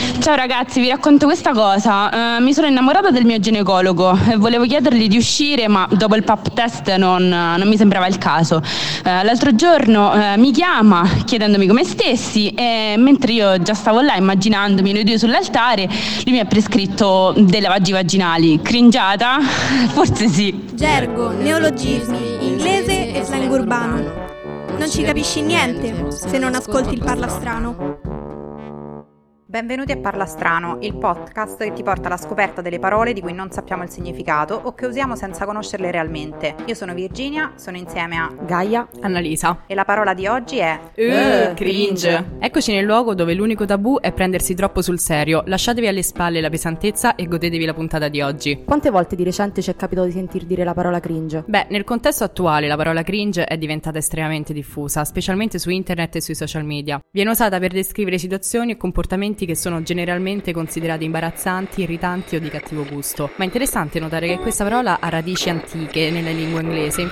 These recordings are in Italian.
Ciao ragazzi, vi racconto questa cosa. Mi sono innamorata del mio ginecologo e volevo chiedergli di uscire, ma dopo il pap test non mi sembrava il caso. L'altro giorno mi chiama chiedendomi come stessi e mentre io già stavo là immaginandomi noi due sull'altare, lui mi ha prescritto dei lavaggi vaginali. Cringiata? Forse sì. Gergo, neologismi, inglese e slang urbano. Non ci capisci niente se non ascolti il Parlastrano. Benvenuti a Parlastrano, il podcast che ti porta alla scoperta delle parole di cui non sappiamo il significato o che usiamo senza conoscerle realmente. Io sono Virginia, sono insieme a Gaia, Annalisa. E la parola di oggi è cringe. Eccoci nel luogo dove l'unico tabù è prendersi troppo sul serio. Lasciatevi alle spalle la pesantezza e godetevi la puntata di oggi. quante volte di recente ci è capitato di sentir dire la parola cringe? Beh, nel contesto attuale la parola cringe è diventata estremamente diffusa, specialmente su internet e sui social media. Viene usata per descrivere situazioni e comportamenti che sono generalmente considerati imbarazzanti, irritanti o di cattivo gusto. Ma è interessante notare che questa parola ha radici antiche nella lingua inglese.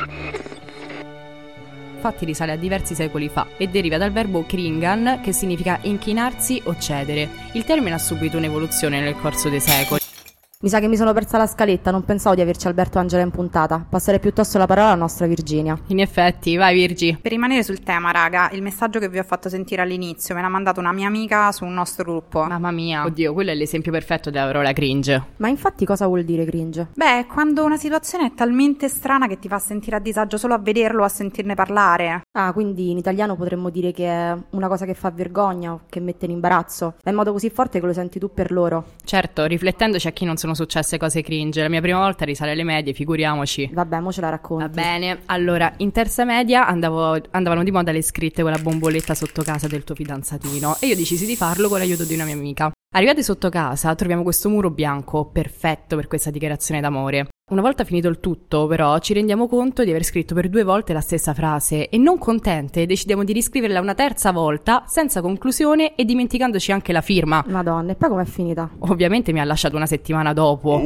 Infatti risale a diversi secoli fa e deriva dal verbo cringan, che significa inchinarsi o cedere. Il termine ha subito un'evoluzione nel corso dei secoli. Mi sa che mi sono persa la scaletta, non pensavo di averci Alberto Angela in puntata. Passerei piuttosto la parola alla nostra Virginia. In effetti, vai Virgi. Per rimanere sul tema, raga, il messaggio che vi ho fatto sentire all'inizio me l'ha mandato una mia amica su un nostro gruppo. Mamma mia. Oddio, quello è l'esempio perfetto della parola cringe. Ma infatti cosa vuol dire cringe? Beh, quando una situazione è talmente strana che ti fa sentire a disagio solo a vederlo o a sentirne parlare. Ah, quindi in italiano potremmo dire che è una cosa che fa vergogna o che mette in imbarazzo. Ma in modo così forte che lo senti tu per loro. Certo, riflettendoci a chi non sono successe cose cringe. La mia prima volta risale alle medie, figuriamoci. Vabbè, mo ce la racconti. Va bene, allora, in terza media andavano di moda le scritte con la bomboletta sotto casa del tuo fidanzatino e io decisi di farlo con l'aiuto di una mia amica. Arrivati sotto casa troviamo questo muro bianco, perfetto per questa dichiarazione d'amore. Una volta finito il tutto, però, ci rendiamo conto di aver scritto per 2 volte la stessa frase e non contente decidiamo di riscriverla una terza volta, senza conclusione e dimenticandoci anche la firma. Madonna, e poi com'è finita? Ovviamente mi ha lasciato una settimana dopo.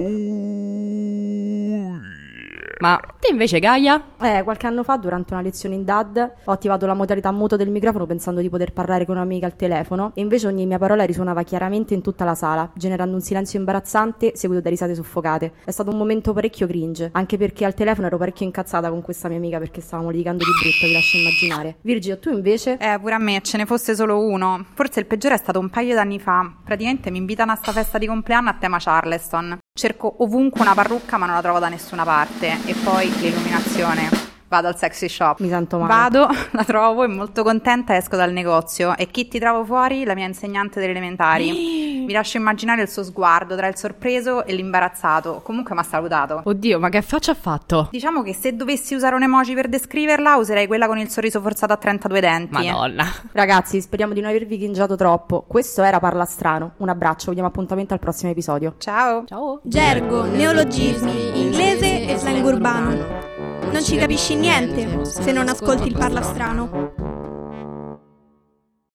Ma te invece, Gaia? Qualche anno fa, durante una lezione in DAD, ho attivato la modalità muto del microfono pensando di poter parlare con un'amica al telefono e invece ogni mia parola risuonava chiaramente in tutta la sala, generando un silenzio imbarazzante seguito da risate soffocate. È stato un momento parecchio cringe, anche perché al telefono ero parecchio incazzata con questa mia amica perché stavamo litigando di brutto, vi lascio immaginare. Virgil, tu invece? Pure a me, ce ne fosse solo uno. Forse il peggiore è stato un paio d'anni fa. Praticamente mi invitano a sta festa di compleanno a tema Charleston. Cerco ovunque una parrucca ma non la trovo da nessuna parte. E poi l'illuminazione. Vado al sexy shop. Mi sento male. Vado, la trovo e molto contenta esco dal negozio. E chi ti trovo fuori? La mia insegnante delle elementari. Vi lascio immaginare il suo sguardo tra il sorpreso e l'imbarazzato. Comunque mi ha salutato. Oddio, ma che faccia ha fatto? Diciamo che se dovessi usare un emoji per descriverla, userei quella con il sorriso forzato a 32 denti. Madonna. Ragazzi, speriamo di non avervi cringiato troppo. Questo era Parlastrano. Un abbraccio, vi diamo appuntamento al prossimo episodio. Ciao. Ciao. Gergo, neologismi, inglese e slang urbano. Non ci capisci niente se non ascolti il Parlastrano.